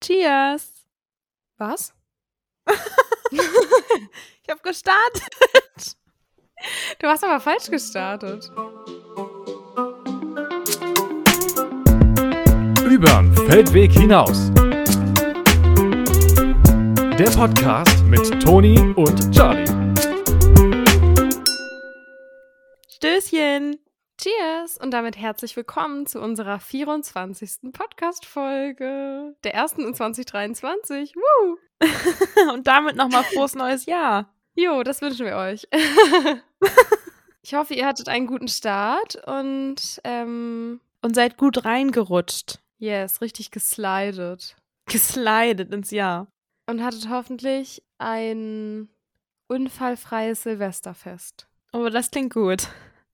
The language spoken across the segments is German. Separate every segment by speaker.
Speaker 1: Cheers!
Speaker 2: Was?
Speaker 1: Ich habe gestartet.
Speaker 2: Du hast aber falsch gestartet.
Speaker 3: Übern Feldweg hinaus. Der Podcast mit Toni und Charlie.
Speaker 1: Stößchen!
Speaker 2: Cheers! Und damit herzlich willkommen zu unserer 24. Podcast-Folge. Der ersten in 2023. Woo!
Speaker 1: Und damit nochmal frohes neues Jahr.
Speaker 2: Jo, das wünschen wir euch. Ich hoffe, ihr hattet einen guten Start und
Speaker 1: seid gut reingerutscht.
Speaker 2: yes, richtig geslidet.
Speaker 1: Geslidet ins Jahr.
Speaker 2: Und hattet hoffentlich ein unfallfreies Silvesterfest.
Speaker 1: Oh, das klingt gut.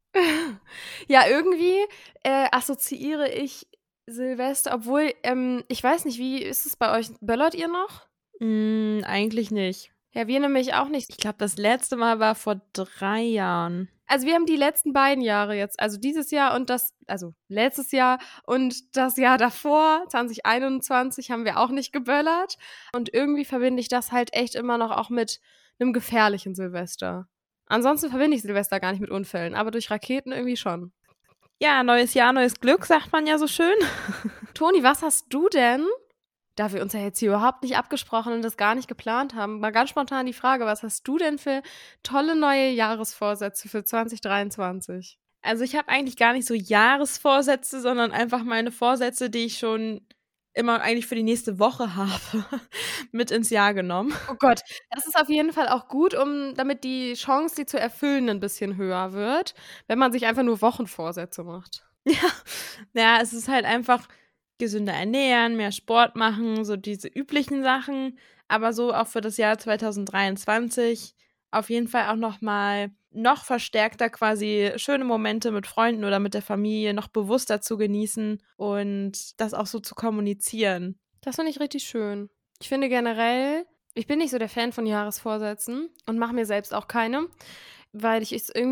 Speaker 2: Ja, irgendwie assoziiere ich Silvester, obwohl, ich weiß nicht, wie ist es bei euch? Böllert ihr noch?
Speaker 1: Eigentlich nicht.
Speaker 2: Ja, wir nämlich auch nicht.
Speaker 1: Ich glaube, das letzte Mal war vor 3 Jahren.
Speaker 2: Also wir haben die letzten beiden Jahre jetzt, also dieses Jahr und letztes Jahr und das Jahr davor, 2021, haben wir auch nicht geböllert. Und irgendwie verbinde ich das halt echt immer noch auch mit einem gefährlichen Silvester. Ansonsten verbinde ich Silvester gar nicht mit Unfällen, aber durch Raketen irgendwie schon.
Speaker 1: Ja, neues Jahr, neues Glück, sagt man ja so schön.
Speaker 2: Toni, was hast du denn, da wir uns ja jetzt hier überhaupt nicht abgesprochen und das gar nicht geplant haben, mal ganz spontan die Frage, was hast du denn für tolle neue Jahresvorsätze für 2023?
Speaker 1: Also ich habe eigentlich gar nicht so Jahresvorsätze, sondern einfach meine Vorsätze, die ich schon immer eigentlich für die nächste Woche habe, mit ins Jahr genommen.
Speaker 2: Oh Gott, das ist auf jeden Fall auch gut, damit die Chance, die zu erfüllen, ein bisschen höher wird, wenn man sich einfach nur Wochenvorsätze macht.
Speaker 1: Ja, es ist halt einfach gesünder ernähren, mehr Sport machen, so diese üblichen Sachen, aber so auch für das Jahr 2023 auf jeden Fall auch noch verstärkter quasi schöne Momente mit Freunden oder mit der Familie noch bewusster zu genießen und das auch so zu kommunizieren.
Speaker 2: Das finde ich richtig schön. Ich finde generell, ich bin nicht so der Fan von Jahresvorsätzen und mache mir selbst auch keine, weil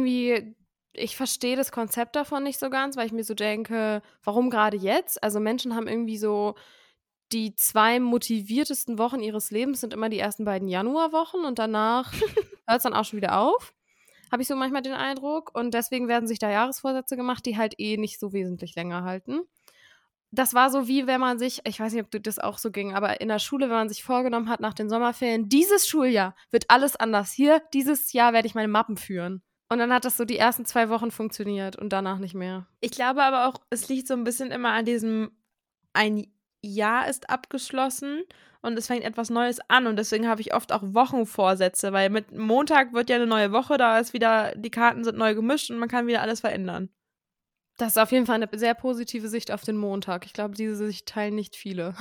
Speaker 2: ich verstehe das Konzept davon nicht so ganz, weil ich mir so denke, warum gerade jetzt? Also Menschen haben irgendwie so die 2 motiviertesten Wochen ihres Lebens sind immer die ersten beiden Januarwochen und danach hört es dann auch schon wieder auf. Habe ich so manchmal den Eindruck. Und deswegen werden sich da Jahresvorsätze gemacht, die halt nicht so wesentlich länger halten. Das war so wie, wenn man sich, ich weiß nicht, ob das auch so ging, aber in der Schule, wenn man sich vorgenommen hat nach den Sommerferien, dieses Schuljahr wird alles anders. Hier, dieses Jahr werde ich meine Mappen führen. Und dann hat das so die ersten 2 Wochen funktioniert und danach nicht mehr.
Speaker 1: Ich glaube aber auch, es liegt so ein bisschen immer an diesem, ein Jahr ist abgeschlossen und es fängt etwas Neues an und deswegen habe ich oft auch Wochenvorsätze, weil mit Montag wird ja eine neue Woche, da ist wieder, die Karten sind neu gemischt und man kann wieder alles verändern.
Speaker 2: Das ist auf jeden Fall eine sehr positive Sicht auf den Montag. Ich glaube, diese Sicht teilen nicht viele.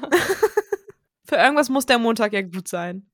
Speaker 1: Für irgendwas muss der Montag ja gut sein.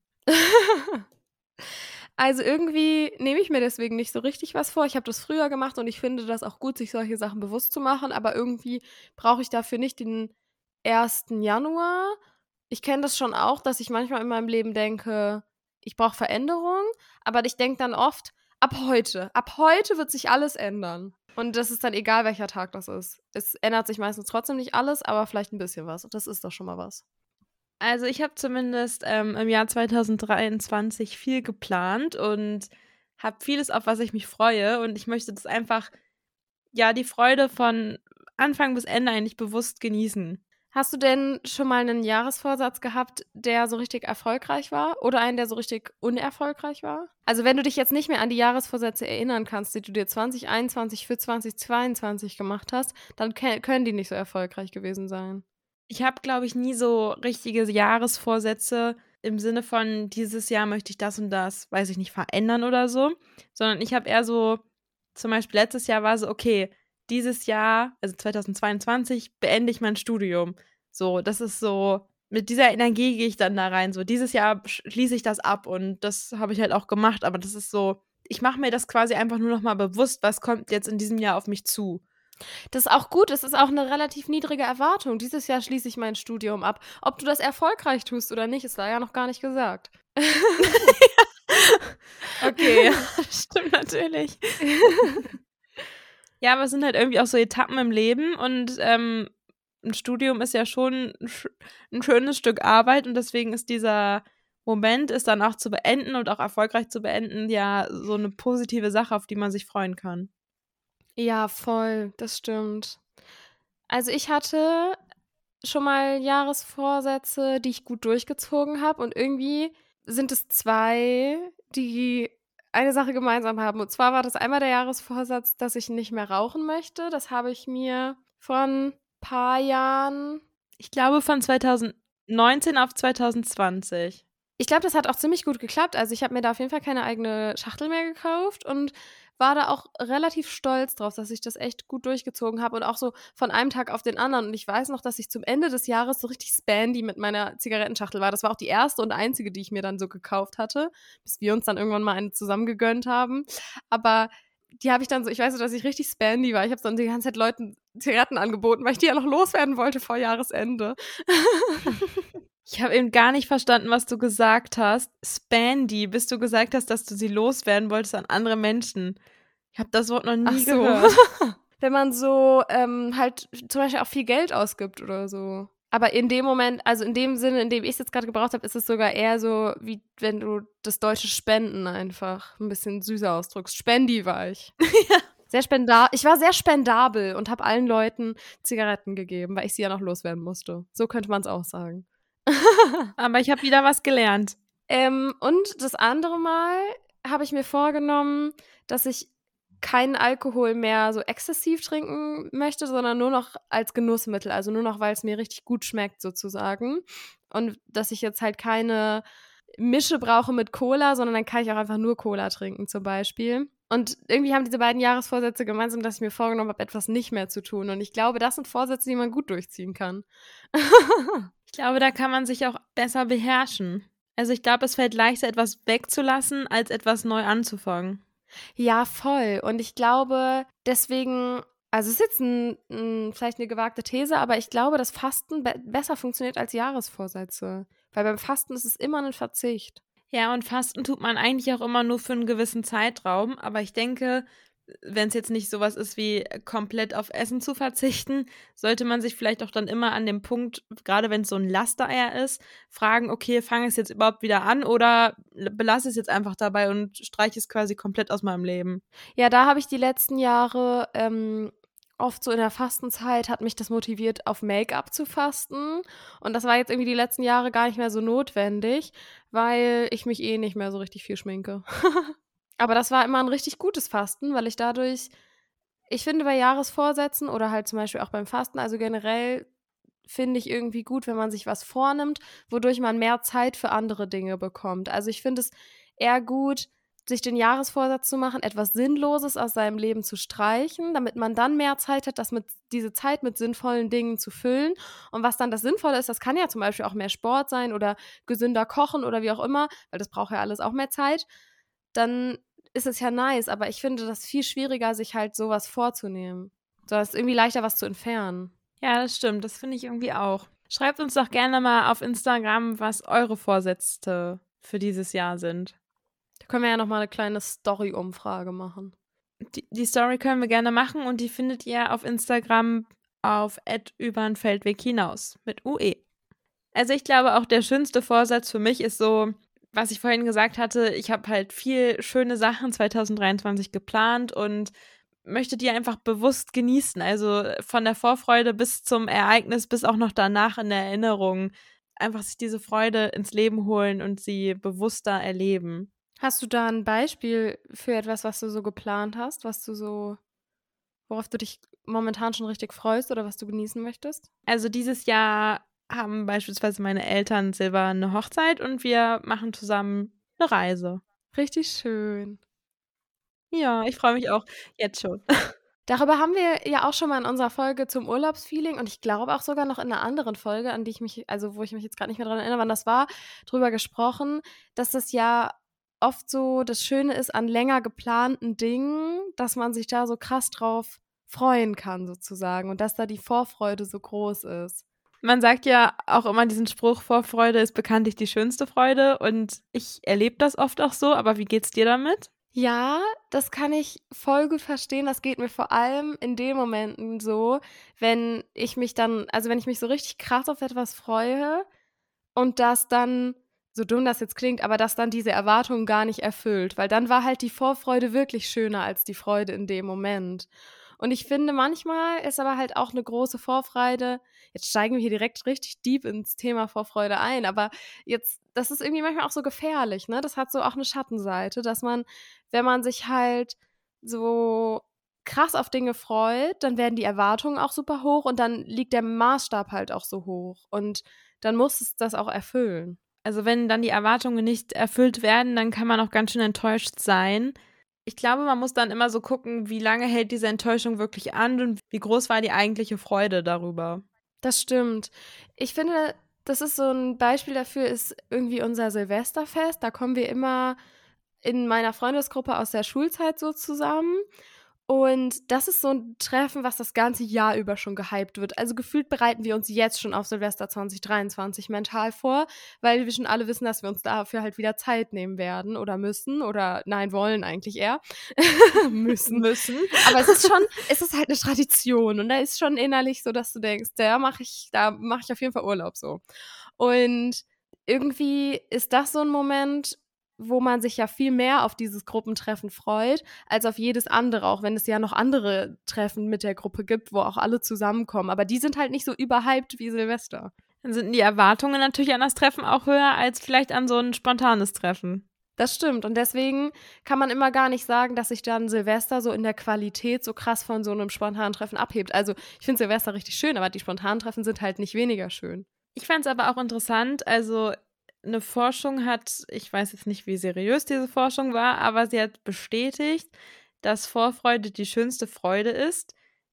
Speaker 2: Also irgendwie nehme ich mir deswegen nicht so richtig was vor. Ich habe das früher gemacht und ich finde das auch gut, sich solche Sachen bewusst zu machen, aber irgendwie brauche ich dafür nicht den 1. Januar. Ich kenne das schon auch, dass ich manchmal in meinem Leben denke, ich brauche Veränderung, aber ich denke dann oft, ab heute wird sich alles ändern. Und das ist dann egal, welcher Tag das ist. Es ändert sich meistens trotzdem nicht alles, aber vielleicht ein bisschen was. Und das ist doch schon mal was.
Speaker 1: Also ich habe zumindest im Jahr 2023 viel geplant und habe vieles, auf was ich mich freue. Und ich möchte das einfach, ja, die Freude von Anfang bis Ende eigentlich bewusst genießen.
Speaker 2: Hast du denn schon mal einen Jahresvorsatz gehabt, der so richtig erfolgreich war oder einen, der so richtig unerfolgreich war? Also wenn du dich jetzt nicht mehr an die Jahresvorsätze erinnern kannst, die du dir 2021 für 2022 gemacht hast, dann können die nicht so erfolgreich gewesen sein.
Speaker 1: Ich habe, glaube ich, nie so richtige Jahresvorsätze im Sinne von, dieses Jahr möchte ich das und das, weiß ich nicht, verändern oder so, sondern ich habe eher so, zum Beispiel letztes Jahr war so, okay, dieses Jahr, also 2022, beende ich mein Studium. So, das ist so, mit dieser Energie gehe ich dann da rein. So, dieses Jahr schließe ich das ab und das habe ich halt auch gemacht, aber das ist so, ich mache mir das quasi einfach nur noch mal bewusst, was kommt jetzt in diesem Jahr auf mich zu.
Speaker 2: Das ist auch gut, es ist auch eine relativ niedrige Erwartung. Dieses Jahr schließe ich mein Studium ab. Ob du das erfolgreich tust oder nicht, ist da ja noch gar nicht gesagt.
Speaker 1: Okay, stimmt natürlich. Ja, aber es sind halt irgendwie auch so Etappen im Leben und ein Studium ist ja schon ein schönes Stück Arbeit und deswegen ist dieser Moment, es dann auch zu beenden und auch erfolgreich zu beenden, ja so eine positive Sache, auf die man sich freuen kann.
Speaker 2: Ja, voll, das stimmt. Also ich hatte schon mal Jahresvorsätze, die ich gut durchgezogen habe und irgendwie sind es 2, die eine Sache gemeinsam haben. Und zwar war das einmal der Jahresvorsatz, dass ich nicht mehr rauchen möchte. Das habe ich mir vor ein paar Jahren.
Speaker 1: Ich glaube von 2019 auf 2020.
Speaker 2: Ich glaube, das hat auch ziemlich gut geklappt. Also ich habe mir da auf jeden Fall keine eigene Schachtel mehr gekauft und war da auch relativ stolz drauf, dass ich das echt gut durchgezogen habe und auch so von einem Tag auf den anderen. Und ich weiß noch, dass ich zum Ende des Jahres so richtig spandy mit meiner Zigarettenschachtel war. Das war auch die erste und einzige, die ich mir dann so gekauft hatte, bis wir uns dann irgendwann mal eine zusammen gegönnt haben. Aber die habe ich dann so, ich weiß so, dass ich richtig spandy war. Ich habe dann die ganze Zeit Leuten Zigaretten angeboten, weil ich die ja noch loswerden wollte vor Jahresende.
Speaker 1: Ich habe eben gar nicht verstanden, was du gesagt hast. Spandy, bis du gesagt hast, dass du sie loswerden wolltest an andere Menschen. Ich habe das Wort noch nie gehört.
Speaker 2: Wenn man so halt zum Beispiel auch viel Geld ausgibt oder so. Aber in dem Moment, also in dem Sinne, in dem ich es jetzt gerade gebraucht habe, ist es sogar eher so, wie wenn du das deutsche Spenden einfach ein bisschen süßer ausdrückst. Spendi war ich.
Speaker 1: Ja.
Speaker 2: Ich war sehr spendabel und habe allen Leuten Zigaretten gegeben, weil ich sie ja noch loswerden musste. So könnte man es auch sagen.
Speaker 1: Aber ich habe wieder was gelernt.
Speaker 2: Und das andere Mal habe ich mir vorgenommen, dass ich keinen Alkohol mehr so exzessiv trinken möchte, sondern nur noch als Genussmittel, also nur noch, weil es mir richtig gut schmeckt sozusagen. Und dass ich jetzt halt keine Mische brauche mit Cola, sondern dann kann ich auch einfach nur Cola trinken zum Beispiel. Und irgendwie haben diese beiden Jahresvorsätze gemeinsam, dass ich mir vorgenommen habe, etwas nicht mehr zu tun. Und ich glaube, das sind Vorsätze, die man gut durchziehen kann.
Speaker 1: Ich glaube, da kann man sich auch besser beherrschen. Also ich glaube, es fällt leichter, etwas wegzulassen, als etwas neu anzufangen.
Speaker 2: Ja, voll. Und ich glaube, deswegen, also es ist jetzt vielleicht eine gewagte These, aber ich glaube, dass Fasten besser funktioniert als Jahresvorsätze. Weil beim Fasten ist es immer ein Verzicht.
Speaker 1: Ja, und Fasten tut man eigentlich auch immer nur für einen gewissen Zeitraum. Aber ich denke, wenn es jetzt nicht sowas ist wie komplett auf Essen zu verzichten, sollte man sich vielleicht auch dann immer an dem Punkt, gerade wenn es so ein Lastereier ist, fragen, okay, fange ich es jetzt überhaupt wieder an oder belasse es jetzt einfach dabei und streiche es quasi komplett aus meinem Leben.
Speaker 2: Ja, da habe ich die letzten Jahre oft so in der Fastenzeit hat mich das motiviert, auf Make-up zu fasten. Und das war jetzt irgendwie die letzten Jahre gar nicht mehr so notwendig, weil ich mich eh nicht mehr so richtig viel schminke. Aber das war immer ein richtig gutes Fasten, weil ich dadurch, ich finde bei Jahresvorsätzen oder halt zum Beispiel auch beim Fasten, also generell finde ich irgendwie gut, wenn man sich was vornimmt, wodurch man mehr Zeit für andere Dinge bekommt. Also ich finde es eher gut, sich den Jahresvorsatz zu machen, etwas Sinnloses aus seinem Leben zu streichen, damit man dann mehr Zeit hat, diese Zeit mit sinnvollen Dingen zu füllen. Und was dann das Sinnvolle ist, das kann ja zum Beispiel auch mehr Sport sein oder gesünder kochen oder wie auch immer, weil das braucht ja alles auch mehr Zeit. Dann ist es ja nice, aber ich finde das viel schwieriger, sich halt sowas vorzunehmen. So, es ist irgendwie leichter, was zu entfernen.
Speaker 1: Ja, das stimmt. Das finde ich irgendwie auch. Schreibt uns doch gerne mal auf Instagram, was eure Vorsätze für dieses Jahr sind.
Speaker 2: Da können wir ja nochmal eine kleine Story-Umfrage machen.
Speaker 1: Die Story können wir gerne machen und die findet ihr auf Instagram auf @übernfeldweg hinaus mit UE. Also ich glaube auch der schönste Vorsatz für mich ist so, was ich vorhin gesagt hatte, ich habe halt viel schöne Sachen 2023 geplant und möchte die einfach bewusst genießen. Also von der Vorfreude bis zum Ereignis, bis auch noch danach in der Erinnerung. Einfach sich diese Freude ins Leben holen und sie bewusster erleben.
Speaker 2: Hast du da ein Beispiel für etwas, was du so geplant hast, worauf du dich momentan schon richtig freust oder was du genießen möchtest?
Speaker 1: Also dieses Jahr haben beispielsweise meine Eltern Silber eine Hochzeit und wir machen zusammen eine Reise.
Speaker 2: Richtig schön.
Speaker 1: Ja, ich freue mich auch jetzt schon.
Speaker 2: Darüber haben wir ja auch schon mal in unserer Folge zum Urlaubsfeeling und ich glaube auch sogar noch in einer anderen Folge, wo ich mich jetzt gerade nicht mehr dran erinnere, wann das war, drüber gesprochen, dass das ja oft so das Schöne ist an länger geplanten Dingen, dass man sich da so krass drauf freuen kann sozusagen und dass da die Vorfreude so groß ist.
Speaker 1: Man sagt ja auch immer diesen Spruch, Vorfreude ist bekanntlich die schönste Freude und ich erlebe das oft auch so, aber wie geht's dir damit?
Speaker 2: Ja, das kann ich voll gut verstehen. Das geht mir vor allem in den Momenten so, wenn ich mich so richtig krass auf etwas freue und das dann, so dumm das jetzt klingt, aber das dann diese Erwartungen gar nicht erfüllt, weil dann war halt die Vorfreude wirklich schöner als die Freude in dem Moment. Und ich finde, manchmal ist aber halt auch eine große Vorfreude, jetzt steigen wir hier direkt richtig deep ins Thema Vorfreude ein, aber jetzt, das ist irgendwie manchmal auch so gefährlich, ne? Das hat so auch eine Schattenseite, dass man, wenn man sich halt so krass auf Dinge freut, dann werden die Erwartungen auch super hoch und dann liegt der Maßstab halt auch so hoch und dann muss es das auch erfüllen.
Speaker 1: Also wenn dann die Erwartungen nicht erfüllt werden, dann kann man auch ganz schön enttäuscht sein. Ich glaube, man muss dann immer so gucken, wie lange hält diese Enttäuschung wirklich an und wie groß war die eigentliche Freude darüber.
Speaker 2: Das stimmt. Ich finde, das ist so ein Beispiel dafür, ist irgendwie unser Silvesterfest. Da kommen wir immer in meiner Freundesgruppe aus der Schulzeit so zusammen. Und das ist so ein Treffen, was das ganze Jahr über schon gehypt wird. Also gefühlt bereiten wir uns jetzt schon auf Silvester 2023 mental vor, weil wir schon alle wissen, dass wir uns dafür halt wieder Zeit nehmen werden oder müssen oder nein, wollen eigentlich eher. Müssen. Aber es ist halt eine Tradition und da ist schon innerlich so, dass du denkst, da mache ich auf jeden Fall Urlaub so. Und irgendwie ist das so ein Moment, wo man sich ja viel mehr auf dieses Gruppentreffen freut, als auf jedes andere, auch wenn es ja noch andere Treffen mit der Gruppe gibt, wo auch alle zusammenkommen. Aber die sind halt nicht so überhyped wie Silvester.
Speaker 1: Dann sind die Erwartungen natürlich an das Treffen auch höher als vielleicht an so ein spontanes Treffen.
Speaker 2: Das stimmt. Und deswegen kann man immer gar nicht sagen, dass sich dann Silvester so in der Qualität so krass von so einem spontanen Treffen abhebt. Also ich finde Silvester richtig schön, aber die spontanen Treffen sind halt nicht weniger schön.
Speaker 1: Ich fand es aber auch interessant, also eine Forschung hat, ich weiß jetzt nicht, wie seriös diese Forschung war, aber sie hat bestätigt, dass Vorfreude die schönste Freude ist,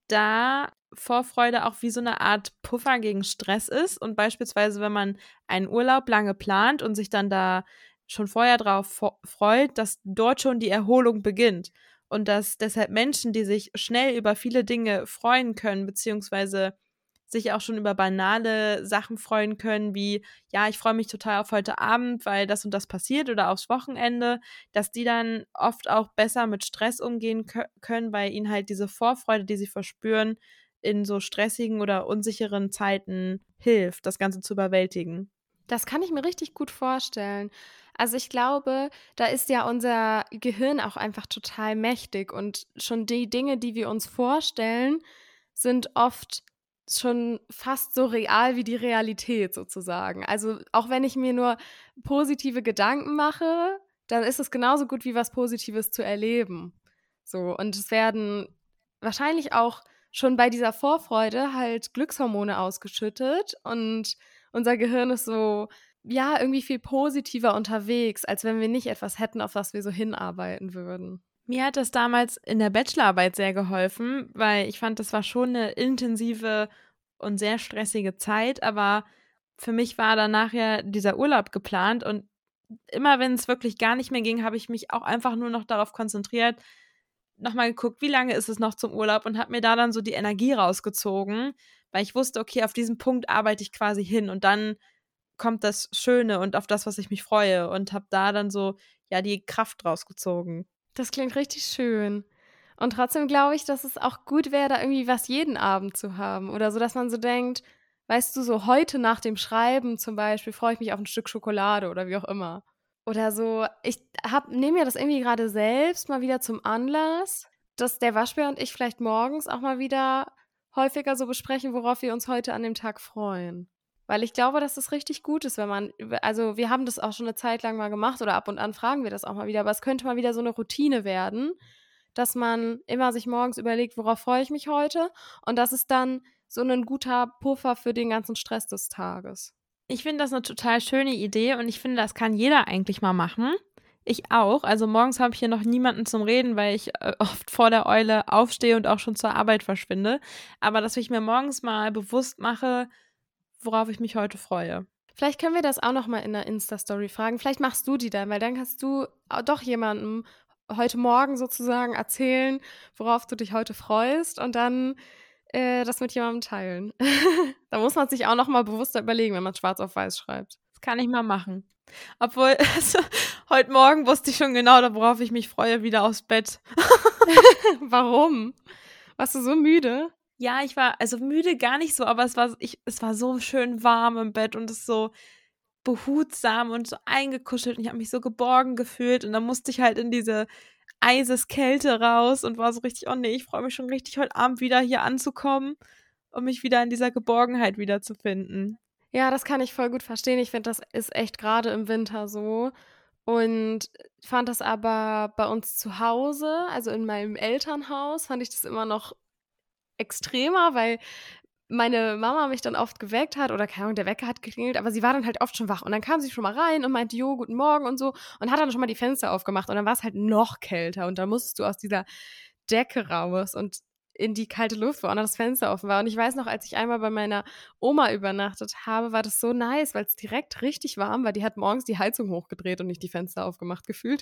Speaker 1: da Vorfreude auch wie so eine Art Puffer gegen Stress ist und beispielsweise, wenn man einen Urlaub lange plant und sich dann da schon vorher drauf freut, dass dort schon die Erholung beginnt und dass deshalb Menschen, die sich schnell über viele Dinge freuen können, beziehungsweise sich auch schon über banale Sachen freuen können, wie, ja, ich freue mich total auf heute Abend, weil das und das passiert oder aufs Wochenende, dass die dann oft auch besser mit Stress umgehen können, weil ihnen halt diese Vorfreude, die sie verspüren, in so stressigen oder unsicheren Zeiten hilft, das Ganze zu überwältigen.
Speaker 2: Das kann ich mir richtig gut vorstellen. Also ich glaube, da ist ja unser Gehirn auch einfach total mächtig und schon die Dinge, die wir uns vorstellen, sind oft schon fast so real wie die Realität sozusagen. Also auch wenn ich mir nur positive Gedanken mache, dann ist es genauso gut wie was Positives zu erleben. So, und es werden wahrscheinlich auch schon bei dieser Vorfreude halt Glückshormone ausgeschüttet und unser Gehirn ist so, ja, irgendwie viel positiver unterwegs, als wenn wir nicht etwas hätten, auf was wir so hinarbeiten würden.
Speaker 1: Mir hat das damals in der Bachelorarbeit sehr geholfen, weil ich fand, das war schon eine intensive und sehr stressige Zeit, aber für mich war danach ja dieser Urlaub geplant und immer wenn es wirklich gar nicht mehr ging, habe ich mich auch einfach nur noch darauf konzentriert, nochmal geguckt, wie lange ist es noch zum Urlaub und habe mir da dann so die Energie rausgezogen, weil ich wusste, okay, auf diesen Punkt arbeite ich quasi hin und dann kommt das Schöne und auf das, was ich mich freue und habe da dann so, ja, die Kraft rausgezogen.
Speaker 2: Das klingt richtig schön. Und trotzdem glaube ich, dass es auch gut wäre, da irgendwie was jeden Abend zu haben. Oder so, dass man so denkt, weißt du, so heute nach dem Schreiben zum Beispiel freue ich mich auf ein Stück Schokolade oder wie auch immer. Oder so, ich nehme mir das irgendwie gerade selbst mal wieder zum Anlass, dass der Waschbär und ich vielleicht morgens auch mal wieder häufiger so besprechen, worauf wir uns heute an dem Tag freuen. Weil ich glaube, dass das richtig gut ist, wenn man, also wir haben das auch schon eine Zeit lang mal gemacht oder ab und an fragen wir das auch mal wieder, aber es könnte mal wieder so eine Routine werden, dass man immer sich morgens überlegt, worauf freue ich mich heute und das ist dann so ein guter Puffer für den ganzen Stress des Tages.
Speaker 1: Ich finde das eine total schöne Idee und ich finde, das kann jeder eigentlich mal machen. Ich auch. Also morgens habe ich hier noch niemanden zum Reden, weil ich oft vor der Eule aufstehe und auch schon zur Arbeit verschwinde. Aber dass ich mir morgens mal bewusst mache, worauf ich mich heute freue.
Speaker 2: Vielleicht können wir das auch noch mal in der Insta-Story fragen. Vielleicht machst du die dann, weil dann kannst du doch jemandem heute Morgen sozusagen erzählen, worauf du dich heute freust. Und dann das mit jemandem teilen. Da muss man sich auch nochmal bewusster überlegen, wenn man schwarz auf weiß schreibt.
Speaker 1: Das kann ich mal machen. Obwohl, also, heute Morgen wusste ich schon genau, worauf ich mich freue, wieder aufs Bett.
Speaker 2: Warum? Warst du so müde?
Speaker 1: Ja, ich war, also müde gar nicht so, aber es war so schön warm im Bett und es so behutsam und so eingekuschelt und ich habe mich so geborgen gefühlt und dann musste ich halt in diese Eiseskälte raus und war so richtig, oh nee, ich freue mich schon richtig, heute Abend wieder hier anzukommen und mich wieder in dieser Geborgenheit wiederzufinden.
Speaker 2: Ja, das kann ich voll gut verstehen. Ich finde, das ist echt gerade im Winter so. Und fand das aber bei uns zu Hause, also in meinem Elternhaus, fand ich das immer noch extremer, weil meine Mama mich dann oft geweckt hat oder keine Ahnung, der Wecker hat geklingelt, aber sie war dann halt oft schon wach und dann kam sie schon mal rein und meinte, jo, guten Morgen und so und hat dann schon mal die Fenster aufgemacht und dann war es halt noch kälter und dann musstest du aus dieser Decke raus und in die kalte Luft, wo auch noch das Fenster offen war. Und ich weiß noch, als ich einmal bei meiner Oma übernachtet habe, war das so nice, weil es direkt richtig warm war. Die hat morgens die Heizung hochgedreht und nicht die Fenster aufgemacht gefühlt.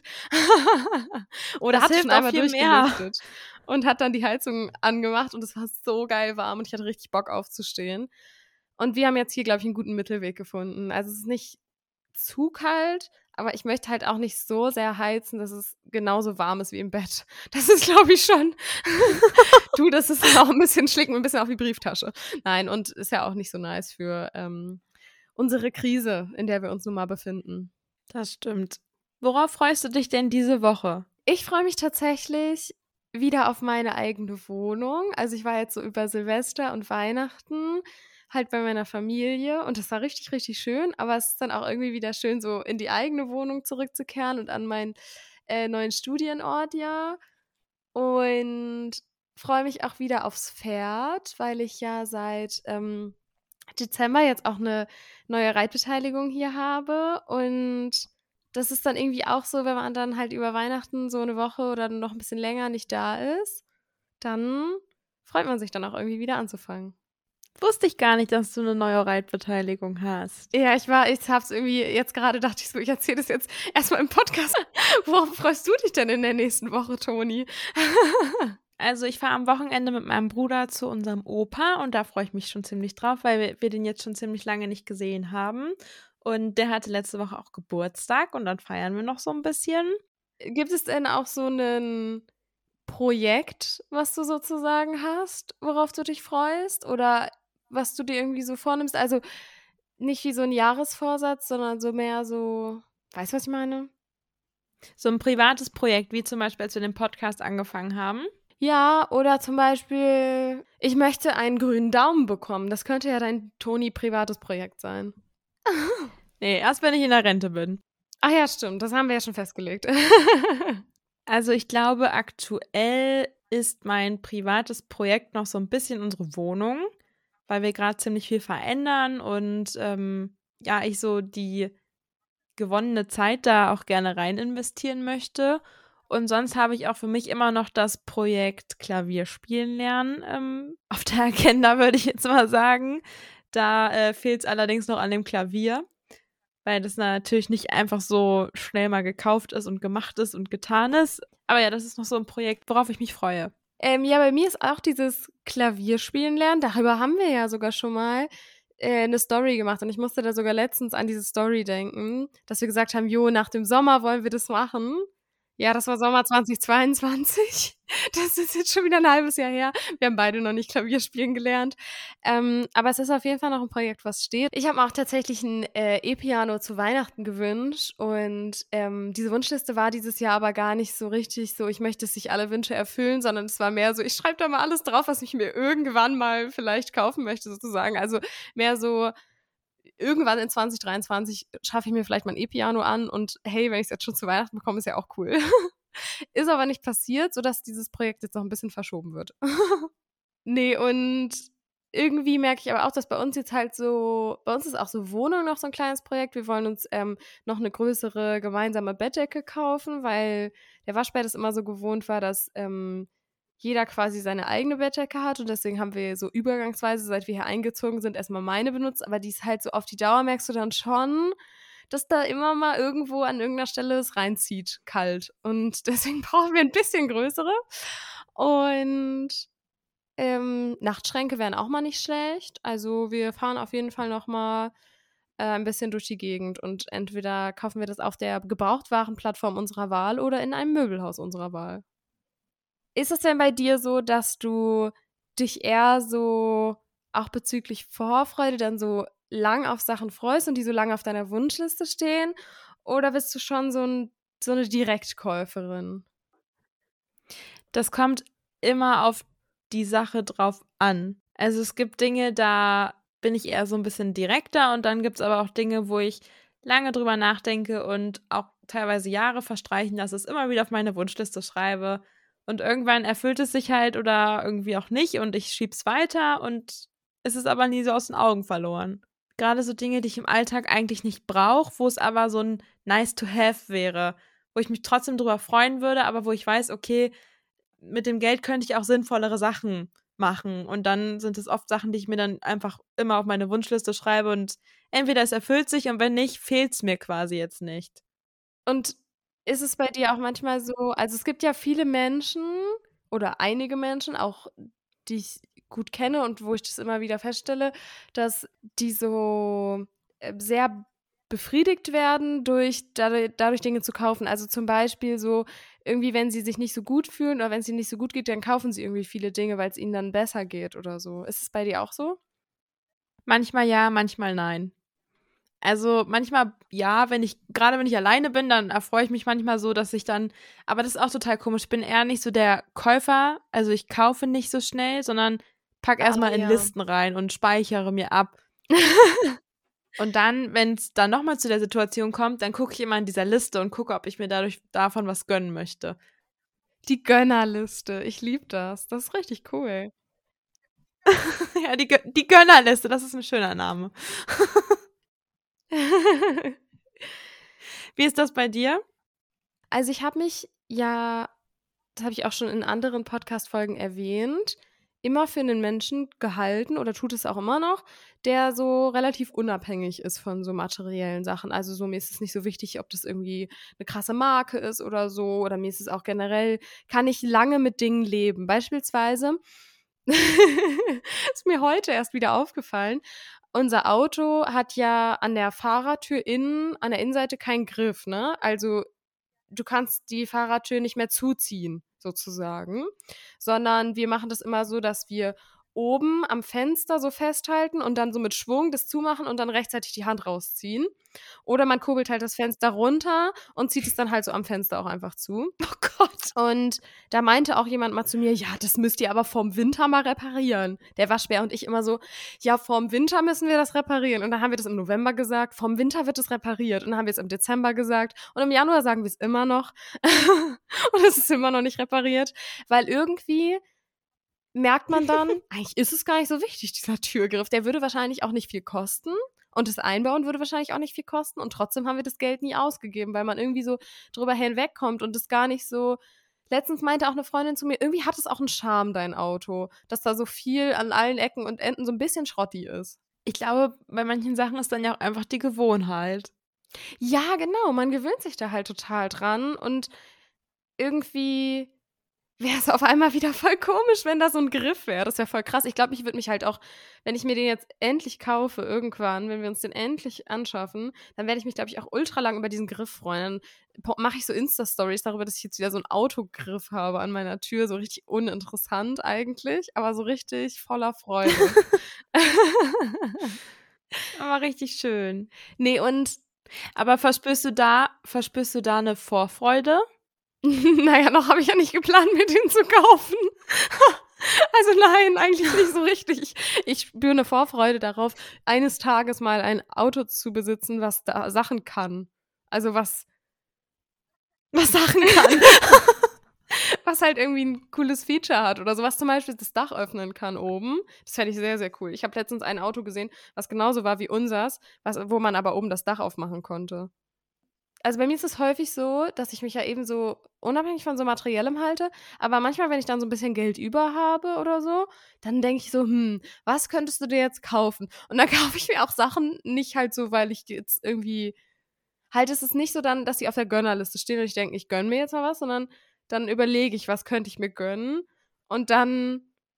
Speaker 2: Oder
Speaker 1: Das
Speaker 2: hat
Speaker 1: hilft
Speaker 2: schon einmal
Speaker 1: auch viel mehr.
Speaker 2: durchgelüftet und hat dann die Heizung angemacht und es war so geil warm und ich hatte richtig Bock aufzustehen. Und wir haben jetzt hier, glaube ich, einen guten Mittelweg gefunden. Also es ist nicht zu kalt, aber ich möchte halt auch nicht so sehr heizen, dass es genauso warm ist wie im Bett. Das ist, glaube ich, schon. Du, das ist auch ein bisschen, schlägt mir ein bisschen auf die Brieftasche. Nein, und ist ja auch nicht so nice für unsere Krise, in der wir uns nun mal befinden.
Speaker 1: Das stimmt. Worauf freust du dich denn diese Woche?
Speaker 2: Ich freue mich tatsächlich wieder auf meine eigene Wohnung. Also ich war jetzt so über Silvester und Weihnachten halt bei meiner Familie und das war richtig, richtig schön, aber es ist dann auch irgendwie wieder schön, so in die eigene Wohnung zurückzukehren und an meinen neuen Studienort, ja. Und freue mich auch wieder aufs Pferd, weil ich ja seit Dezember jetzt auch eine neue Reitbeteiligung hier habe und das ist dann irgendwie auch so, wenn man dann halt über Weihnachten so eine Woche oder noch ein bisschen länger nicht da ist, dann freut man sich dann auch irgendwie wieder anzufangen.
Speaker 1: Wusste ich gar nicht, dass du eine neue Reitbeteiligung hast.
Speaker 2: Ja, ich hab's irgendwie, jetzt gerade dachte ich so, ich erzähle das jetzt erstmal im Podcast. Worauf freust du dich denn in der nächsten Woche, Toni?
Speaker 1: Also ich fahre am Wochenende mit meinem Bruder zu unserem Opa und da freue ich mich schon ziemlich drauf, weil wir den jetzt schon ziemlich lange nicht gesehen haben. Und der hatte letzte Woche auch Geburtstag und dann feiern wir noch so ein bisschen.
Speaker 2: Gibt es denn auch so ein Projekt, was du sozusagen hast, worauf du dich freust? Oder was du dir irgendwie so vornimmst? Also nicht wie so ein Jahresvorsatz, sondern so mehr so, weißt du, was ich meine?
Speaker 1: So ein privates Projekt, wie zum Beispiel, als wir den Podcast angefangen haben.
Speaker 2: Ja, oder zum Beispiel, ich möchte einen grünen Daumen bekommen. Das könnte ja dein Toni-privates Projekt sein.
Speaker 1: Nee, erst wenn ich in der Rente bin.
Speaker 2: Ach ja, stimmt. Das haben wir ja schon festgelegt.
Speaker 1: Also ich glaube, aktuell ist mein privates Projekt noch so ein bisschen unsere Wohnung, weil wir gerade ziemlich viel verändern und ja, ich so die gewonnene Zeit da auch gerne rein investieren möchte. Und sonst habe ich auch für mich immer noch das Projekt Klavier spielen lernen auf der Agenda, würde ich jetzt mal sagen. Da fehlt es allerdings noch an dem Klavier, weil das natürlich nicht einfach so schnell mal gekauft ist und gemacht ist und getan ist. Aber ja, das ist noch so ein Projekt, worauf ich mich freue.
Speaker 2: Ja, bei mir ist auch dieses Klavierspielen lernen. Darüber haben wir ja sogar schon mal eine Story gemacht. Und ich musste da sogar letztens an diese Story denken, dass wir gesagt haben, jo, nach dem Sommer wollen wir das machen. Ja, das war Sommer 2022. Das ist jetzt schon wieder ein halbes Jahr her. Wir haben beide noch nicht Klavier spielen gelernt. Aber es ist auf jeden Fall noch ein Projekt, was steht. Ich habe mir auch tatsächlich ein E-Piano zu Weihnachten gewünscht. Und diese Wunschliste war dieses Jahr aber gar nicht so richtig so, ich möchte, dass sich alle Wünsche erfüllen, sondern es war mehr so, ich schreibe da mal alles drauf, was ich mir irgendwann mal vielleicht kaufen möchte, sozusagen. Also mehr so, irgendwann in 2023 schaffe ich mir vielleicht mein E-Piano an und hey, wenn ich es jetzt schon zu Weihnachten bekomme, ist ja auch cool. Ist aber nicht passiert, sodass dieses Projekt jetzt noch ein bisschen verschoben wird. Nee, und irgendwie merke ich aber auch, dass bei uns jetzt halt so, bei uns ist auch so Wohnung noch so ein kleines Projekt. Wir wollen uns noch eine größere gemeinsame Bettdecke kaufen, weil der Waschbär das immer so gewohnt war, dass jeder quasi seine eigene Bettdecke hat und deswegen haben wir so übergangsweise, seit wir hier eingezogen sind, erstmal meine benutzt, aber die ist halt so auf die Dauer, merkst du dann schon, dass da immer mal irgendwo an irgendeiner Stelle es reinzieht, kalt und deswegen brauchen wir ein bisschen größere und Nachtschränke wären auch mal nicht schlecht. Also wir fahren auf jeden Fall noch mal ein bisschen durch die Gegend und entweder kaufen wir das auf der Gebrauchtwarenplattform unserer Wahl oder in einem Möbelhaus unserer Wahl. Ist es denn bei dir so, dass du dich eher so auch bezüglich Vorfreude dann so lang auf Sachen freust und die so lange auf deiner Wunschliste stehen? Oder bist du schon so eine Direktkäuferin?
Speaker 1: Das kommt immer auf die Sache drauf an. Also es gibt Dinge, da bin ich eher so ein bisschen direkter und dann gibt es aber auch Dinge, wo ich lange drüber nachdenke und auch teilweise Jahre verstreichen, dass ich es immer wieder auf meine Wunschliste schreibe. Und irgendwann erfüllt es sich halt oder irgendwie auch nicht und ich schieb's weiter und es ist aber nie so aus den Augen verloren. Gerade so Dinge, die ich im Alltag eigentlich nicht brauche, wo es aber so ein nice to have wäre, wo ich mich trotzdem drüber freuen würde, aber wo ich weiß, okay, mit dem Geld könnte ich auch sinnvollere Sachen machen. Und dann sind es oft Sachen, die ich mir dann einfach immer auf meine Wunschliste schreibe und entweder es erfüllt sich und wenn nicht, fehlt es mir quasi jetzt nicht.
Speaker 2: Und ist es bei dir auch manchmal so, also es gibt ja viele Menschen oder einige Menschen, auch die ich gut kenne und wo ich das immer wieder feststelle, dass die so sehr befriedigt werden dadurch Dinge zu kaufen. Also zum Beispiel so irgendwie, wenn sie sich nicht so gut fühlen oder wenn es ihnen nicht so gut geht, dann kaufen sie irgendwie viele Dinge, weil es ihnen dann besser geht oder so. Ist es bei dir auch so?
Speaker 1: Manchmal ja, manchmal nein. Also manchmal ja, wenn ich alleine bin, dann erfreue ich mich manchmal so, dass ich dann, aber das ist auch total komisch, ich bin eher nicht so der Käufer, also ich kaufe nicht so schnell, sondern pack erstmal in
Speaker 2: ja.
Speaker 1: Listen rein und speichere mir ab. Und dann, wenn es dann nochmal zu der Situation kommt, dann gucke ich immer in dieser Liste und gucke, ob ich mir davon was gönnen möchte.
Speaker 2: Die Gönnerliste, ich liebe das. Das ist richtig cool.
Speaker 1: Ja, die Gönnerliste, das ist ein schöner Name. Wie ist das bei dir?
Speaker 2: Also ich habe mich ja, das habe ich auch schon in anderen Podcast-Folgen erwähnt, immer für einen Menschen gehalten oder tut es auch immer noch, der so relativ unabhängig ist von so materiellen Sachen. Also so mir ist es nicht so wichtig, ob das irgendwie eine krasse Marke ist oder so, oder mir ist es auch generell, kann ich lange mit Dingen leben. Beispielsweise ist mir heute erst wieder aufgefallen, unser Auto hat ja an der Fahrertür innen, an der Innenseite keinen Griff, ne? Also du kannst die Fahrradtür nicht mehr zuziehen, sozusagen, sondern wir machen das immer so, dass wir oben am Fenster so festhalten und dann so mit Schwung das zumachen und dann rechtzeitig die Hand rausziehen. Oder man kurbelt halt das Fenster runter und zieht es dann halt so am Fenster auch einfach zu.
Speaker 1: Oh Gott.
Speaker 2: Und da meinte auch jemand mal zu mir, ja, das müsst ihr aber vorm Winter mal reparieren. Der Waschbär und ich immer so, ja, vorm Winter müssen wir das reparieren. Und dann haben wir das im November gesagt, vorm Winter wird es repariert. Und dann haben wir es im Dezember gesagt. Und im Januar sagen wir es immer noch. Und es ist immer noch nicht repariert. Weil irgendwie merkt man dann, eigentlich ist es gar nicht so wichtig, dieser Türgriff. Der würde wahrscheinlich auch nicht viel kosten. Und das Einbauen würde wahrscheinlich auch nicht viel kosten. Und trotzdem haben wir das Geld nie ausgegeben, weil man irgendwie so drüber hinwegkommt und das gar nicht so. Letztens meinte auch eine Freundin zu mir, irgendwie hat es auch einen Charme, dein Auto, dass da so viel an allen Ecken und Enden so ein bisschen schrotti ist.
Speaker 1: Ich glaube, bei manchen Sachen ist dann ja auch einfach die Gewohnheit.
Speaker 2: Ja, genau, man gewöhnt sich da halt total dran und irgendwie wäre es auf einmal wieder voll komisch, wenn da so ein Griff wäre. Das wäre voll krass. Ich glaube, ich würde mich halt auch, wenn ich mir den jetzt endlich kaufe, irgendwann, wenn wir uns den endlich anschaffen, dann werde ich mich, glaube ich, auch ultra lang über diesen Griff freuen. Dann mache ich so Insta-Stories darüber, dass ich jetzt wieder so einen Autogriff habe an meiner Tür. So richtig uninteressant eigentlich, aber so richtig voller Freude.
Speaker 1: Aber richtig schön.
Speaker 2: Nee, und
Speaker 1: Aber verspürst du da eine Vorfreude?
Speaker 2: naja, noch habe ich ja nicht geplant, mir den zu kaufen. Also nein, eigentlich nicht so richtig. Ich spüre eine Vorfreude darauf, eines Tages mal ein Auto zu besitzen, was da Sachen kann. Also was Sachen kann. Was halt irgendwie ein cooles Feature hat oder so, was zum Beispiel das Dach öffnen kann oben. Das fände ich sehr, sehr cool. Ich habe letztens ein Auto gesehen, was genauso war wie unsers, wo man aber oben das Dach aufmachen konnte. Also bei mir ist es häufig so, dass ich mich ja eben so unabhängig von so Materiellem halte, aber manchmal, wenn ich dann so ein bisschen Geld über habe oder so, dann denke ich so, was könntest du dir jetzt kaufen? Und dann kaufe ich mir auch Sachen nicht halt so, weil ich jetzt irgendwie, halt ist es nicht so dann, dass die auf der Gönnerliste stehen und ich denke, ich gönne mir jetzt mal was, sondern dann überlege ich, was könnte ich mir gönnen und dann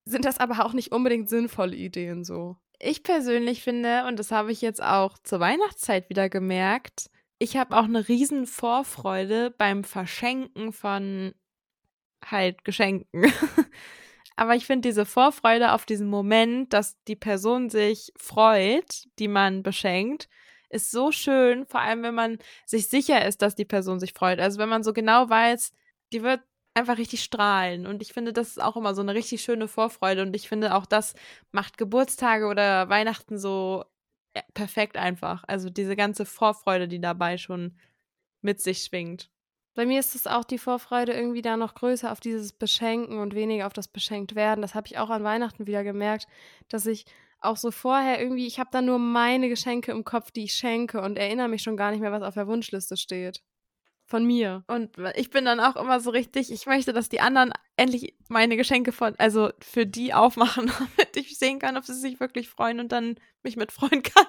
Speaker 2: sind das aber auch nicht unbedingt sinnvolle Ideen so.
Speaker 1: Ich persönlich finde, und das habe ich jetzt auch zur Weihnachtszeit wieder gemerkt, ich habe auch eine riesen Vorfreude beim Verschenken von halt Geschenken. Aber ich finde diese Vorfreude auf diesen Moment, dass die Person sich freut, die man beschenkt, ist so schön, vor allem wenn man sich sicher ist, dass die Person sich freut. Also wenn man so genau weiß, die wird einfach richtig strahlen. Und ich finde, das ist auch immer so eine richtig schöne Vorfreude. Und ich finde auch, das macht Geburtstage oder Weihnachten so perfekt einfach. Also diese ganze Vorfreude, die dabei schon mit sich schwingt.
Speaker 2: Bei mir ist es auch die Vorfreude irgendwie da noch größer auf dieses Beschenken und weniger auf das Beschenktwerden. Das habe ich auch an Weihnachten wieder gemerkt, dass ich auch so vorher irgendwie, ich habe dann nur meine Geschenke im Kopf, die ich schenke und erinnere mich schon gar nicht mehr, was auf der Wunschliste steht. Von mir.
Speaker 1: Und ich bin dann auch immer so richtig, ich möchte, dass die anderen endlich meine Geschenke also für die aufmachen, damit ich sehen kann, ob sie sich wirklich freuen und dann mich mitfreuen kann.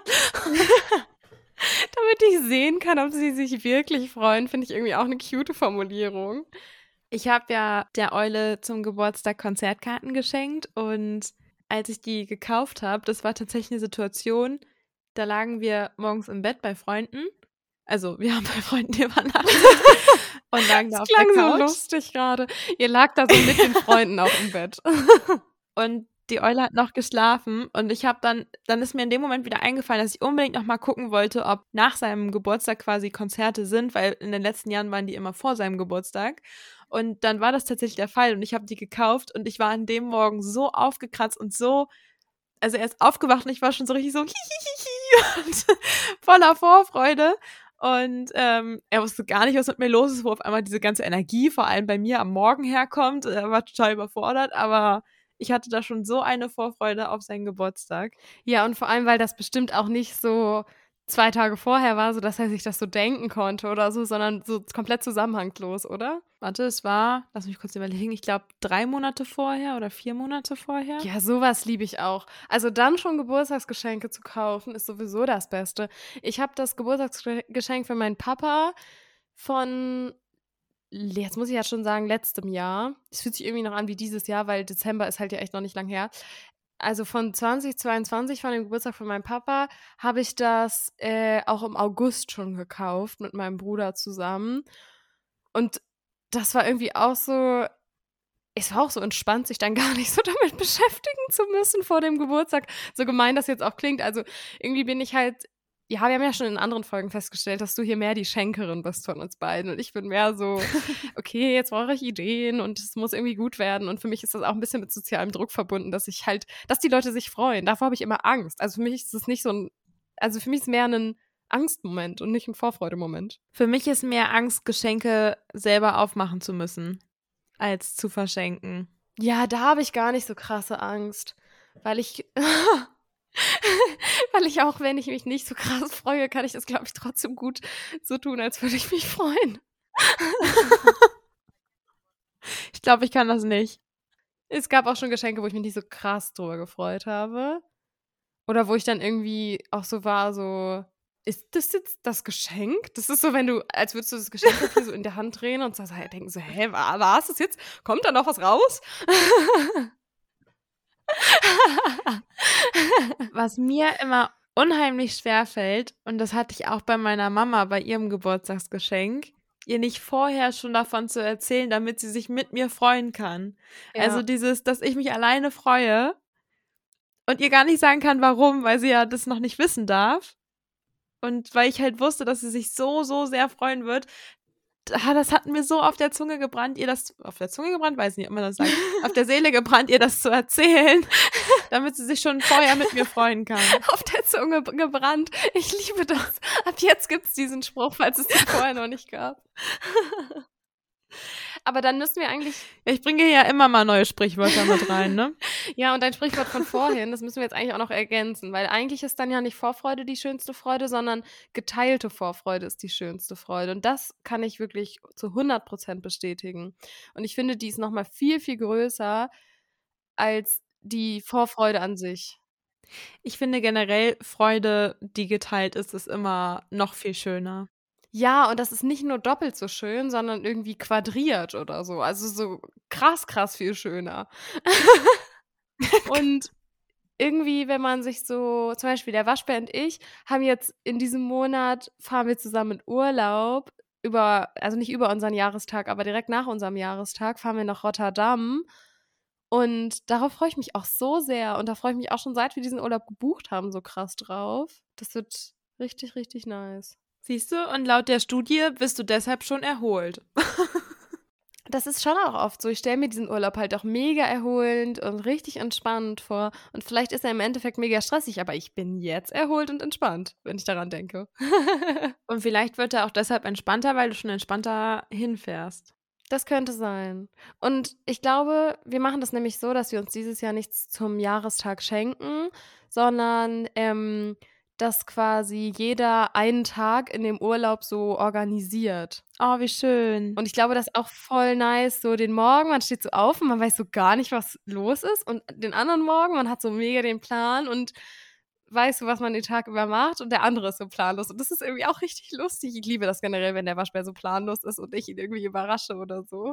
Speaker 2: Damit ich sehen kann, ob sie sich wirklich freuen, finde ich irgendwie auch eine cute Formulierung.
Speaker 1: Ich habe ja der Eule zum Geburtstag Konzertkarten geschenkt und als ich die gekauft habe, das war tatsächlich eine Situation, da lagen wir morgens im Bett bei Freunden. Also wir haben bei Freunden übernachtet und lagen da auf der Couch.
Speaker 2: Das klang so lustig gerade. Ihr lag da so mit den Freunden auch im Bett.
Speaker 1: Und die Eule hat noch geschlafen und ich habe dann ist mir in dem Moment wieder eingefallen, dass ich unbedingt noch mal gucken wollte, ob nach seinem Geburtstag quasi Konzerte sind, weil in den letzten Jahren waren die immer vor seinem Geburtstag. Und dann war das tatsächlich der Fall und ich habe die gekauft und ich war an dem Morgen so aufgekratzt und so, also er ist aufgewacht und ich war schon so richtig so hihihihi und voller Vorfreude. Und er wusste gar nicht, was mit mir los ist, wo auf einmal diese ganze Energie vor allem bei mir am Morgen herkommt. Er war total überfordert, aber ich hatte da schon so eine Vorfreude auf seinen Geburtstag.
Speaker 2: Ja, und vor allem, weil das bestimmt auch nicht so 2 Tage vorher war, so dass er sich das so denken konnte oder so, sondern so komplett zusammenhanglos, oder?
Speaker 1: Warte, es war, lass mich kurz überlegen, ich glaube 3 Monate vorher oder 4 Monate vorher.
Speaker 2: Ja, sowas liebe ich auch. Also dann schon Geburtstagsgeschenke zu kaufen, ist sowieso das Beste. Ich habe das Geburtstagsgeschenk für meinen Papa von, jetzt muss ich ja schon sagen, letztem Jahr. Es fühlt sich irgendwie noch an wie dieses Jahr, weil Dezember ist halt ja echt noch nicht lang her. Also von 2022, von dem Geburtstag von meinem Papa, habe ich das auch im August schon gekauft mit meinem Bruder zusammen. Und das war irgendwie auch so, es war auch so entspannt, sich dann gar nicht so damit beschäftigen zu müssen vor dem Geburtstag. So gemein das jetzt auch klingt. Also irgendwie bin ich halt, ja, wir haben ja schon in anderen Folgen festgestellt, dass du hier mehr die Schenkerin bist von uns beiden. Und ich bin mehr so, okay, jetzt brauche ich Ideen und es muss irgendwie gut werden. Und für mich ist das auch ein bisschen mit sozialem Druck verbunden, dass die Leute sich freuen. Davor habe ich immer Angst. Also für mich ist es nicht so also für mich ist mehr ein Angstmoment und nicht ein Vorfreudemoment.
Speaker 1: Für mich ist mehr Angst, Geschenke selber aufmachen zu müssen, als zu verschenken.
Speaker 2: Ja, da habe ich gar nicht so krasse Angst, weil ich weil ich auch, wenn ich mich nicht so krass freue, kann ich das, glaube ich, trotzdem gut so tun, als würde ich mich freuen.
Speaker 1: Ich glaube, ich kann das nicht.
Speaker 2: Es gab auch schon Geschenke, wo ich mich nicht so krass drüber gefreut habe. Oder wo ich dann irgendwie auch so war, so, ist das jetzt das Geschenk? Das ist so, wenn du, als würdest du das Geschenkpapier so in der Hand drehen und so denken so, hä, war es das jetzt? Kommt da noch was raus?
Speaker 1: Was mir immer unheimlich schwer fällt, und das hatte ich auch bei meiner Mama bei ihrem Geburtstagsgeschenk, ihr nicht vorher schon davon zu erzählen, damit sie sich mit mir freuen kann.
Speaker 2: Ja.
Speaker 1: Also dieses, dass ich mich alleine freue und ihr gar nicht sagen kann, warum, weil sie ja das noch nicht wissen darf. Und weil ich halt wusste, dass sie sich so, so sehr freuen wird. Das hat mir so auf der Zunge gebrannt, auf der Zunge gebrannt, weiß nicht, ob man das sagt, auf der Seele gebrannt, ihr das zu erzählen, damit sie sich schon vorher mit mir freuen kann.
Speaker 2: Auf der Zunge gebrannt. Ich liebe das. Ab jetzt gibt es diesen Spruch, falls es den vorher noch nicht gab. Aber dann müssen wir eigentlich...
Speaker 1: Ja, ich bringe ja immer mal neue Sprichwörter mit rein, ne?
Speaker 2: Ja, und dein Sprichwort von vorhin, das müssen wir jetzt eigentlich auch noch ergänzen, weil eigentlich ist dann ja nicht Vorfreude die schönste Freude, sondern geteilte Vorfreude ist die schönste Freude. Und das kann ich wirklich zu 100% bestätigen. Und ich finde, die ist nochmal viel, viel größer als die Vorfreude an sich.
Speaker 1: Ich finde generell, Freude, die geteilt ist immer noch viel schöner.
Speaker 2: Ja, und das ist nicht nur doppelt so schön, sondern irgendwie quadriert oder so. Also so krass, krass viel schöner. Und irgendwie, wenn man sich so, zum Beispiel der Waschbär und ich haben jetzt in diesem Monat, fahren wir zusammen in Urlaub, also nicht über unseren Jahrestag, aber direkt nach unserem Jahrestag fahren wir nach Rotterdam. Und darauf freue ich mich auch so sehr. Und da freue ich mich auch schon, seit wir diesen Urlaub gebucht haben, so krass drauf. Das wird richtig, richtig nice.
Speaker 1: Siehst du, und laut der Studie bist du deshalb schon erholt.
Speaker 2: Das ist schon auch oft so. Ich stelle mir diesen Urlaub halt auch mega erholend und richtig entspannt vor. Und vielleicht ist er im Endeffekt mega stressig, aber ich bin jetzt erholt und entspannt, wenn ich daran denke.
Speaker 1: Und vielleicht wird er auch deshalb entspannter, weil du schon entspannter hinfährst.
Speaker 2: Das könnte sein. Und ich glaube, wir machen das nämlich so, dass wir uns dieses Jahr nichts zum Jahrestag schenken, sondern dass quasi jeder einen Tag in dem Urlaub so organisiert.
Speaker 1: Oh, wie schön.
Speaker 2: Und ich glaube, das ist auch voll nice, so den Morgen, man steht so auf und man weiß so gar nicht, was los ist. Und den anderen Morgen, man hat so mega den Plan und weiß so, was man den Tag über macht. Und der andere ist so planlos. Und das ist irgendwie auch richtig lustig. Ich liebe das generell, wenn der Waschbär so planlos ist und ich ihn irgendwie überrasche oder so.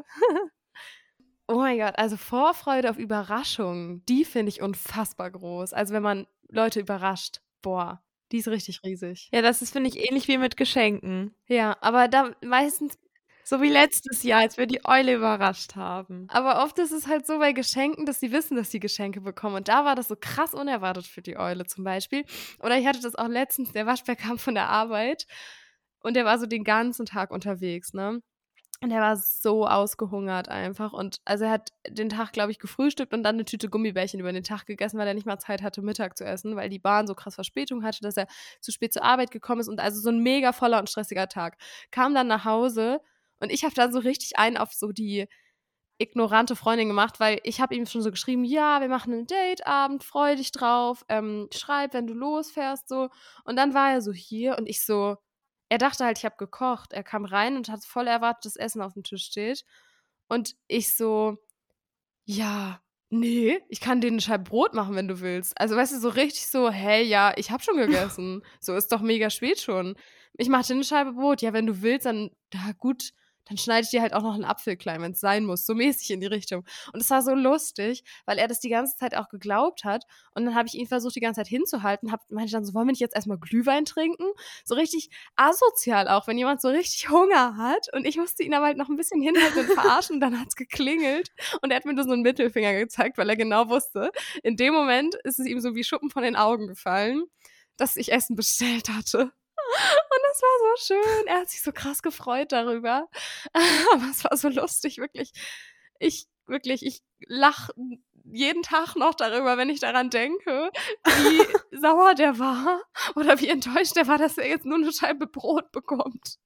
Speaker 2: Oh mein Gott, also Vorfreude auf Überraschungen, die finde ich unfassbar groß. Also wenn man Leute überrascht, boah, die ist richtig riesig.
Speaker 1: Ja, das ist, finde ich, ähnlich wie mit Geschenken.
Speaker 2: Ja, aber da meistens,
Speaker 1: So wie letztes Jahr, als wir die Eule überrascht haben.
Speaker 2: aber oft ist es halt so bei Geschenken, dass sie wissen, dass sie Geschenke bekommen. Und da war das so krass unerwartet für die Eule zum Beispiel. Oder ich hatte das auch letztens, der Waschbär kam von der Arbeit und der war so den ganzen Tag unterwegs, ne? Und er war so ausgehungert einfach. Und also er hat den Tag, glaube ich, gefrühstückt und dann eine Tüte Gummibärchen über den Tag gegessen, weil er nicht mal Zeit hatte, Mittag zu essen, weil die Bahn so krass Verspätung hatte, dass er zu spät zur Arbeit gekommen ist. Und also so ein mega voller und stressiger Tag. Kam dann nach Hause und ich habe dann so richtig einen auf so die ignorante Freundin gemacht, weil ich habe ihm schon so geschrieben, ja, wir machen einen Dateabend, freu dich drauf, schreib, wenn du losfährst, so. Und dann war er so hier und ich so, er dachte halt, ich habe gekocht. Er kam rein und hat voll erwartet, dass Essen auf dem Tisch steht. Und ich so, ja, nee, ich kann dir eine Scheibe Brot machen, wenn du willst. Also, weißt du, so richtig so, hey, ja, ich habe schon gegessen. So, ist doch mega spät schon. Ich mache dir eine Scheibe Brot. Ja, wenn du willst, dann, ja, gut, dann schneide ich dir halt auch noch einen Apfel klein, wenn es sein muss. So mäßig in die Richtung. Und es war so lustig, weil er das die ganze Zeit auch geglaubt hat. Und dann habe ich ihn versucht, die ganze Zeit hinzuhalten. Meinte dann so, wollen wir nicht jetzt erstmal Glühwein trinken? So richtig asozial auch, wenn jemand so richtig Hunger hat. Und ich musste ihn aber halt noch ein bisschen hinhalten und verarschen. Und dann hat es geklingelt. Und er hat mir nur so einen Mittelfinger gezeigt, weil er genau wusste, in dem Moment ist es ihm so wie Schuppen von den Augen gefallen, dass ich Essen bestellt hatte. Und das war so schön. Er hat sich so krass gefreut darüber. Aber es war so lustig, wirklich. Ich lache jeden Tag noch darüber, wenn ich daran denke, wie sauer der war oder wie enttäuscht der war, dass er jetzt nur eine Scheibe Brot bekommt.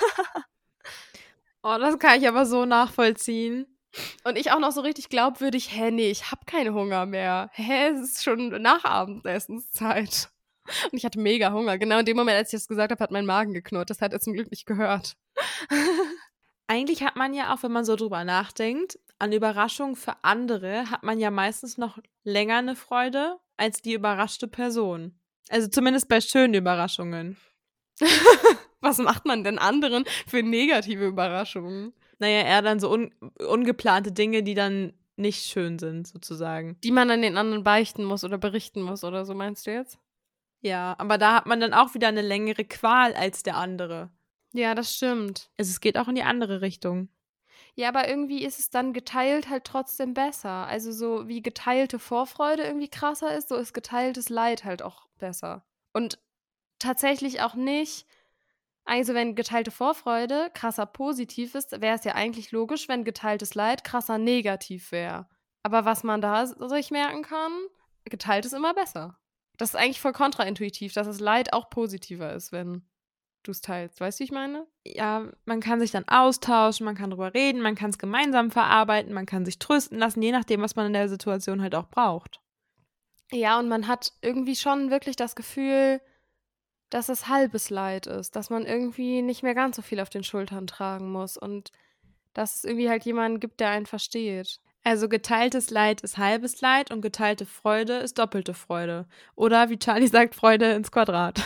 Speaker 1: Oh, das kann ich aber so nachvollziehen.
Speaker 2: Und ich auch noch so richtig glaubwürdig, nee, ich habe keinen Hunger mehr. Es ist schon Nachabendessenszeit. Und ich hatte mega Hunger. Genau in dem Moment, als ich das gesagt habe, hat mein Magen geknurrt. Das hat er zum Glück nicht gehört.
Speaker 1: Eigentlich hat man ja auch, wenn man so drüber nachdenkt, an Überraschungen für andere hat man ja meistens noch länger eine Freude als die überraschte Person. Also zumindest bei schönen Überraschungen.
Speaker 2: Was macht man denn anderen für negative Überraschungen?
Speaker 1: Naja, eher dann so ungeplante Dinge, die dann nicht schön sind, sozusagen.
Speaker 2: Die man dann den anderen beichten muss oder berichten muss oder so, meinst du jetzt?
Speaker 1: Ja, aber da hat man dann auch wieder eine längere Qual als der andere.
Speaker 2: Ja, das stimmt.
Speaker 1: Also es geht auch in die andere Richtung.
Speaker 2: Ja, aber irgendwie ist es dann geteilt halt trotzdem besser. Also so wie geteilte Vorfreude irgendwie krasser ist, so ist geteiltes Leid halt auch besser. Und tatsächlich auch nicht, also wenn geteilte Vorfreude krasser positiv ist, wäre es ja eigentlich logisch, wenn geteiltes Leid krasser negativ wäre. Aber was man da sich merken kann, geteilt ist immer besser. Das ist eigentlich voll kontraintuitiv, dass das Leid auch positiver ist, wenn du es teilst. Weißt du, wie ich meine?
Speaker 1: Ja, man kann sich dann austauschen, man kann drüber reden, man kann es gemeinsam verarbeiten, man kann sich trösten lassen, je nachdem, was man in der Situation halt auch braucht.
Speaker 2: Ja, und man hat irgendwie schon wirklich das Gefühl, dass es halbes Leid ist, dass man irgendwie nicht mehr ganz so viel auf den Schultern tragen muss und dass es irgendwie halt jemanden gibt, der einen versteht.
Speaker 1: Also geteiltes Leid ist halbes Leid und geteilte Freude ist doppelte Freude. Oder wie Charlie sagt, Freude ins Quadrat.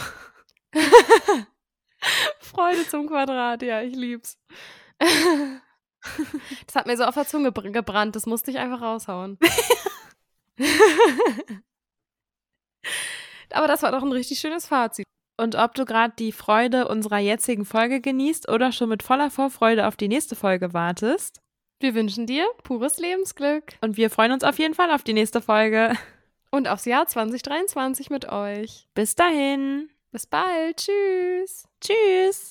Speaker 2: Freude zum Quadrat, ja, ich lieb's. Das hat mir so auf der Zunge gebrannt, das musste ich einfach raushauen. Aber das war doch ein richtig schönes Fazit.
Speaker 1: Und ob du gerade die Freude unserer jetzigen Folge genießt oder schon mit voller Vorfreude auf die nächste Folge wartest.
Speaker 2: Wir wünschen dir pures Lebensglück.
Speaker 1: Und wir freuen uns auf jeden Fall auf die nächste Folge.
Speaker 2: Und aufs Jahr 2023 mit euch.
Speaker 1: Bis dahin.
Speaker 2: Bis bald. Tschüss.
Speaker 1: Tschüss.